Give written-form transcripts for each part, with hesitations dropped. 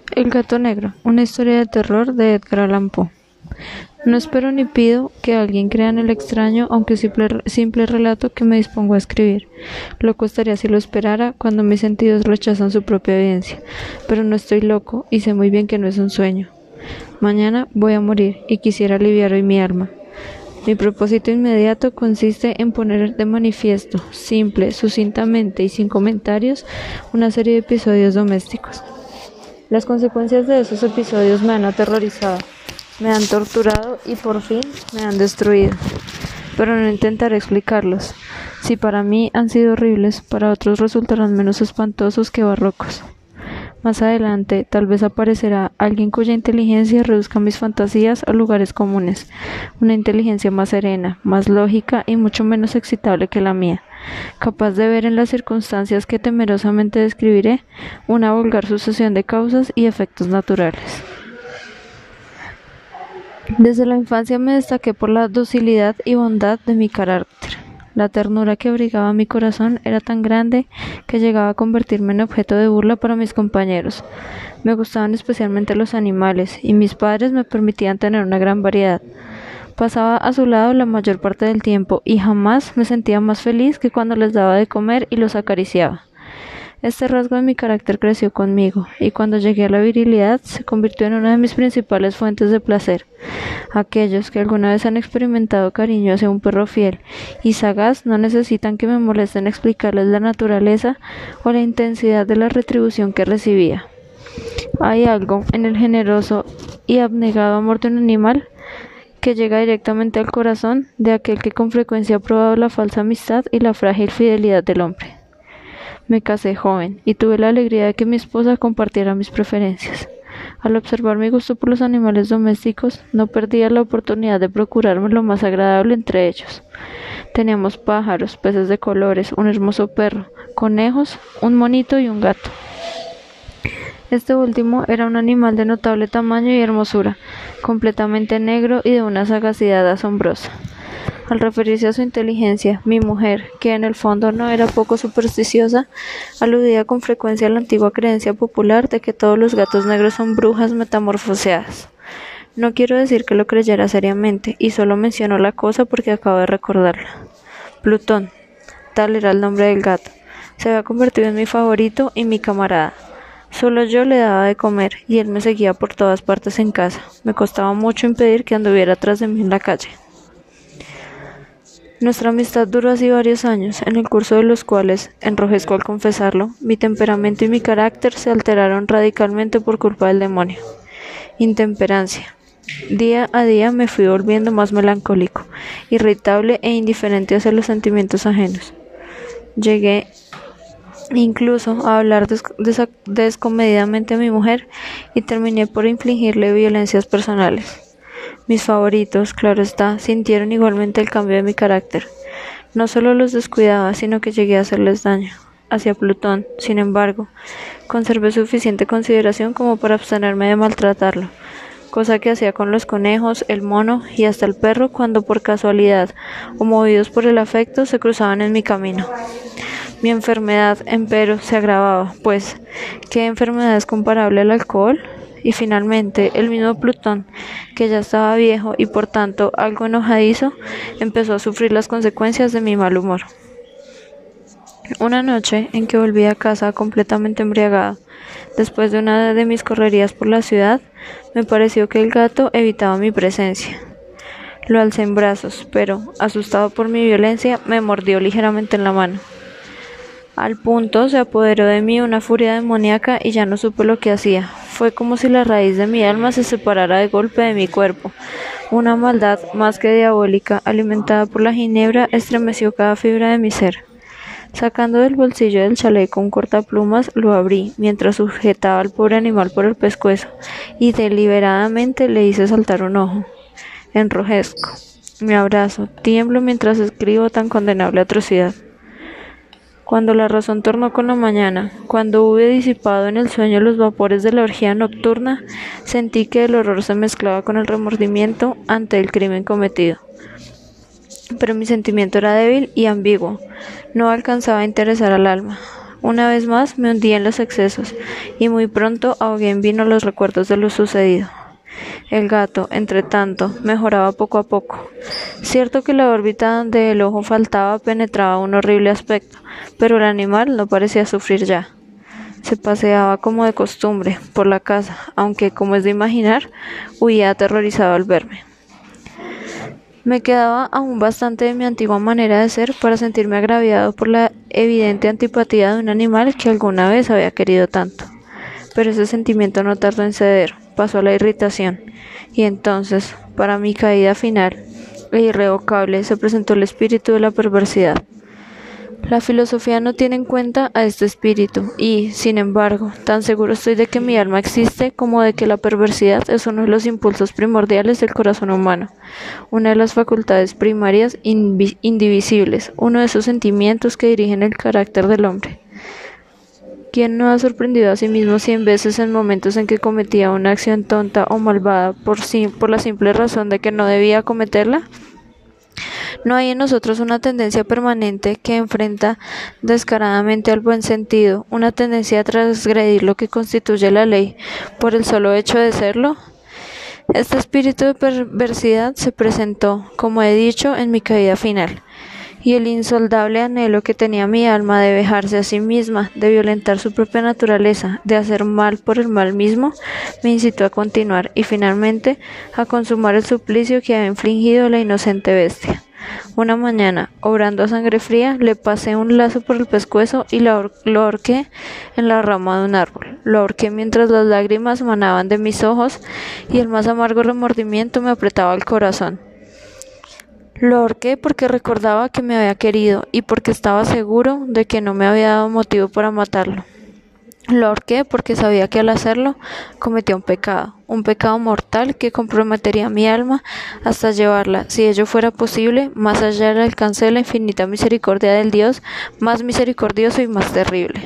El gato negro, una historia de terror de Edgar Allan Poe. No espero ni pido que alguien crea en el extraño, aunque simple relato que me dispongo a escribir. Loco estaría si lo esperara, cuando mis sentidos rechazan su propia evidencia. Pero no estoy loco, y sé muy bien que no es un sueño. Mañana voy a morir, y quisiera aliviar hoy mi alma. Mi propósito inmediato consiste en poner de manifiesto, simple, sucintamente y sin comentarios, una serie de episodios domésticos. Las consecuencias de esos episodios me han aterrorizado, me han torturado y por fin me han destruido. Pero no intentaré explicarlos. Si para mí han sido horribles, para otros resultarán menos espantosos que barrocos. Más adelante, tal vez aparecerá alguien cuya inteligencia reduzca mis fantasías a lugares comunes, una inteligencia más serena, más lógica y mucho menos excitable que la mía, capaz de ver en las circunstancias que temerosamente describiré una vulgar sucesión de causas y efectos naturales. Desde la infancia me destaqué por la docilidad y bondad de mi carácter. La ternura que abrigaba mi corazón era tan grande que llegaba a convertirme en objeto de burla para mis compañeros. Me gustaban especialmente los animales, y mis padres me permitían tener una gran variedad. Pasaba a su lado la mayor parte del tiempo, y jamás me sentía más feliz que cuando les daba de comer y los acariciaba. Este rasgo de mi carácter creció conmigo, y cuando llegué a la virilidad se convirtió en una de mis principales fuentes de placer. Aquellos que alguna vez han experimentado cariño hacia un perro fiel y sagaz no necesitan que me molesten explicarles la naturaleza o la intensidad de la retribución que recibía. Hay algo en el generoso y abnegado amor de un animal que llega directamente al corazón de aquel que con frecuencia ha probado la falsa amistad y la frágil fidelidad del hombre. Me casé joven y tuve la alegría de que mi esposa compartiera mis preferencias. Al observar mi gusto por los animales domésticos, no perdía la oportunidad de procurarme lo más agradable entre ellos. Teníamos pájaros, peces de colores, un hermoso perro, conejos, un monito y un gato. Este último era un animal de notable tamaño y hermosura, completamente negro y de una sagacidad asombrosa. Al referirse a su inteligencia, mi mujer, que en el fondo no era poco supersticiosa, aludía con frecuencia a la antigua creencia popular de que todos los gatos negros son brujas metamorfoseadas. No quiero decir que lo creyera seriamente, y solo menciono la cosa porque acabo de recordarla. Plutón, tal era el nombre del gato, se había convertido en mi favorito y mi camarada. Solo yo le daba de comer, y él me seguía por todas partes en casa. Me costaba mucho impedir que anduviera tras de mí en la calle. Nuestra amistad duró así varios años, en el curso de los cuales, enrojezco al confesarlo, mi temperamento y mi carácter se alteraron radicalmente por culpa del demonio. Intemperancia. Día a día me fui volviendo más melancólico, irritable e indiferente hacia los sentimientos ajenos. Llegué incluso a hablar descomedidamente a mi mujer y terminé por infligirle violencias personales. Mis favoritos, claro está, sintieron igualmente el cambio de mi carácter. No solo los descuidaba, sino que llegué a hacerles daño. Hacia Plutón, sin embargo, conservé suficiente consideración como para abstenerme de maltratarlo, cosa que hacía con los conejos, el mono y hasta el perro cuando por casualidad o movidos por el afecto se cruzaban en mi camino. Mi enfermedad, empero, se agravaba, pues, ¿qué enfermedad es comparable al alcohol? Y finalmente, el mismo Plutón, que ya estaba viejo y por tanto algo enojadizo, empezó a sufrir las consecuencias de mi mal humor. Una noche en que volví a casa completamente embriagado, después de una de mis correrías por la ciudad, me pareció que el gato evitaba mi presencia. Lo alcé en brazos, pero, asustado por mi violencia, me mordió ligeramente en la mano. Al punto se apoderó de mí una furia demoníaca y ya no supe lo que hacía. Fue como si la raíz de mi alma se separara de golpe de mi cuerpo. Una maldad más que diabólica, alimentada por la ginebra, estremeció cada fibra de mi ser. Sacando del bolsillo del chaleco un cortaplumas, lo abrí, mientras sujetaba al pobre animal por el pescuezo, y deliberadamente le hice saltar un ojo. Enrojezco, me abrazo, tiemblo mientras escribo tan condenable atrocidad. Cuando la razón tornó con la mañana, cuando hube disipado en el sueño los vapores de la orgía nocturna, sentí que el horror se mezclaba con el remordimiento ante el crimen cometido. Pero mi sentimiento era débil y ambiguo, no alcanzaba a interesar al alma. Una vez más me hundí en los excesos, y muy pronto ahogué en vino los recuerdos de lo sucedido. El gato, entre tanto, mejoraba poco a poco. Cierto que la órbita donde el ojo faltaba penetraba un horrible aspecto, pero el animal no parecía sufrir ya. Se paseaba como de costumbre por la casa, aunque, como es de imaginar, huía aterrorizado al verme. Me quedaba aún bastante de mi antigua manera de ser para sentirme agraviado por la evidente antipatía de un animal que alguna vez había querido tanto. Pero ese sentimiento no tardó en ceder, pasó a la irritación, y entonces, para mi caída final e irrevocable, se presentó el espíritu de la perversidad. La filosofía no tiene en cuenta a este espíritu y, sin embargo, tan seguro estoy de que mi alma existe como de que la perversidad es uno de los impulsos primordiales del corazón humano, una de las facultades primarias indivisibles, uno de esos sentimientos que dirigen el carácter del hombre. ¿Quién no ha sorprendido a sí mismo 100 veces en momentos en que cometía una acción tonta o malvada por la simple razón de que no debía cometerla? ¿No hay en nosotros una tendencia permanente que enfrenta descaradamente al buen sentido, una tendencia a transgredir lo que constituye la ley por el solo hecho de serlo? Este espíritu de perversidad se presentó, como he dicho, en mi caída final, y el insoldable anhelo que tenía mi alma de vejarse a sí misma, de violentar su propia naturaleza, de hacer mal por el mal mismo, me incitó a continuar y finalmente a consumar el suplicio que había infligido a la inocente bestia. Una mañana, obrando a sangre fría, le pasé un lazo por el pescuezo y lo ahorqué en la rama de un árbol. Lo ahorqué mientras las lágrimas manaban de mis ojos y el más amargo remordimiento me apretaba el corazón. Lo ahorqué porque recordaba que me había querido y porque estaba seguro de que no me había dado motivo para matarlo. Lo ahorqué porque sabía que al hacerlo cometía un pecado mortal que comprometería mi alma hasta llevarla, si ello fuera posible, más allá del alcance de la infinita misericordia del Dios más misericordioso y más terrible.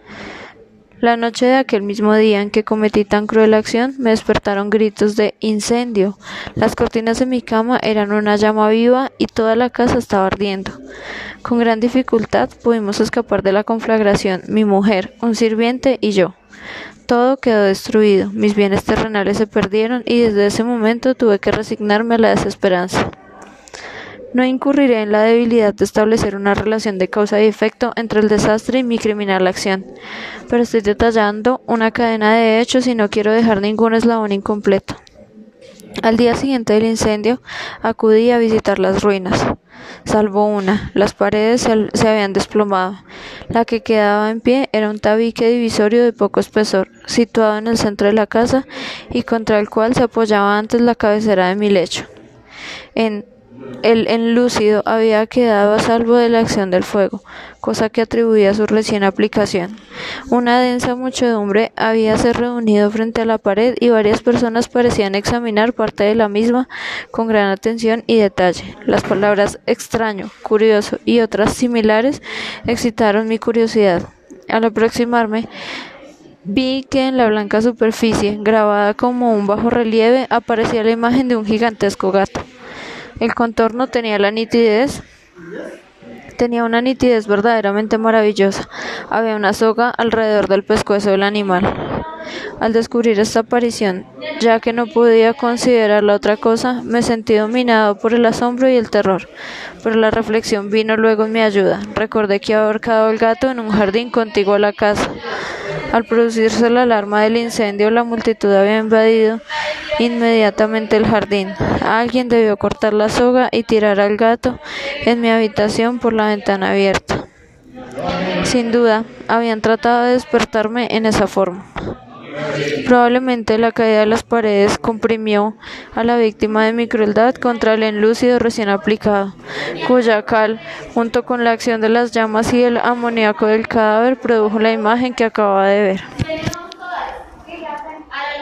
La noche de aquel mismo día en que cometí tan cruel acción, me despertaron gritos de incendio. Las cortinas de mi cama eran una llama viva y toda la casa estaba ardiendo. Con gran dificultad pudimos escapar de la conflagración, mi mujer, un sirviente y yo. Todo quedó destruido, mis bienes terrenales se perdieron y desde ese momento tuve que resignarme a la desesperanza. No incurriré en la debilidad de establecer una relación de causa y efecto entre el desastre y mi criminal acción, pero estoy detallando una cadena de hechos y no quiero dejar ningún eslabón incompleto. Al día siguiente del incendio, acudí a visitar las ruinas. Salvo una, las paredes se habían desplomado. La que quedaba en pie era un tabique divisorio de poco espesor, situado en el centro de la casa y contra el cual se apoyaba antes la cabecera de mi lecho. El enlucido había quedado a salvo de la acción del fuego, cosa que atribuía a su recién aplicación. Una densa muchedumbre habíase reunido frente a la pared y varias personas parecían examinar parte de la misma con gran atención y detalle. Las palabras extraño, curioso y otras similares excitaron mi curiosidad. Al aproximarme, vi que en la blanca superficie, grabada como un bajorrelieve, aparecía la imagen de un gigantesco gato. El contorno tenía una nitidez verdaderamente maravillosa. Había una soga alrededor del pescuezo del animal. Al descubrir esta aparición, ya que no podía considerarla otra cosa, me sentí dominado por el asombro y el terror. Pero la reflexión vino luego en mi ayuda. Recordé que había ahorcado al gato en un jardín contiguo a la casa. Al producirse la alarma del incendio, la multitud había invadido inmediatamente el jardín. Alguien debió cortar la soga y tirar al gato en mi habitación por la ventana abierta. Sin duda, habían tratado de despertarme en esa forma. Probablemente la caída de las paredes comprimió a la víctima de mi crueldad contra el enlucido recién aplicado, cuya cal, junto con la acción de las llamas y el amoníaco del cadáver, produjo la imagen que acababa de ver.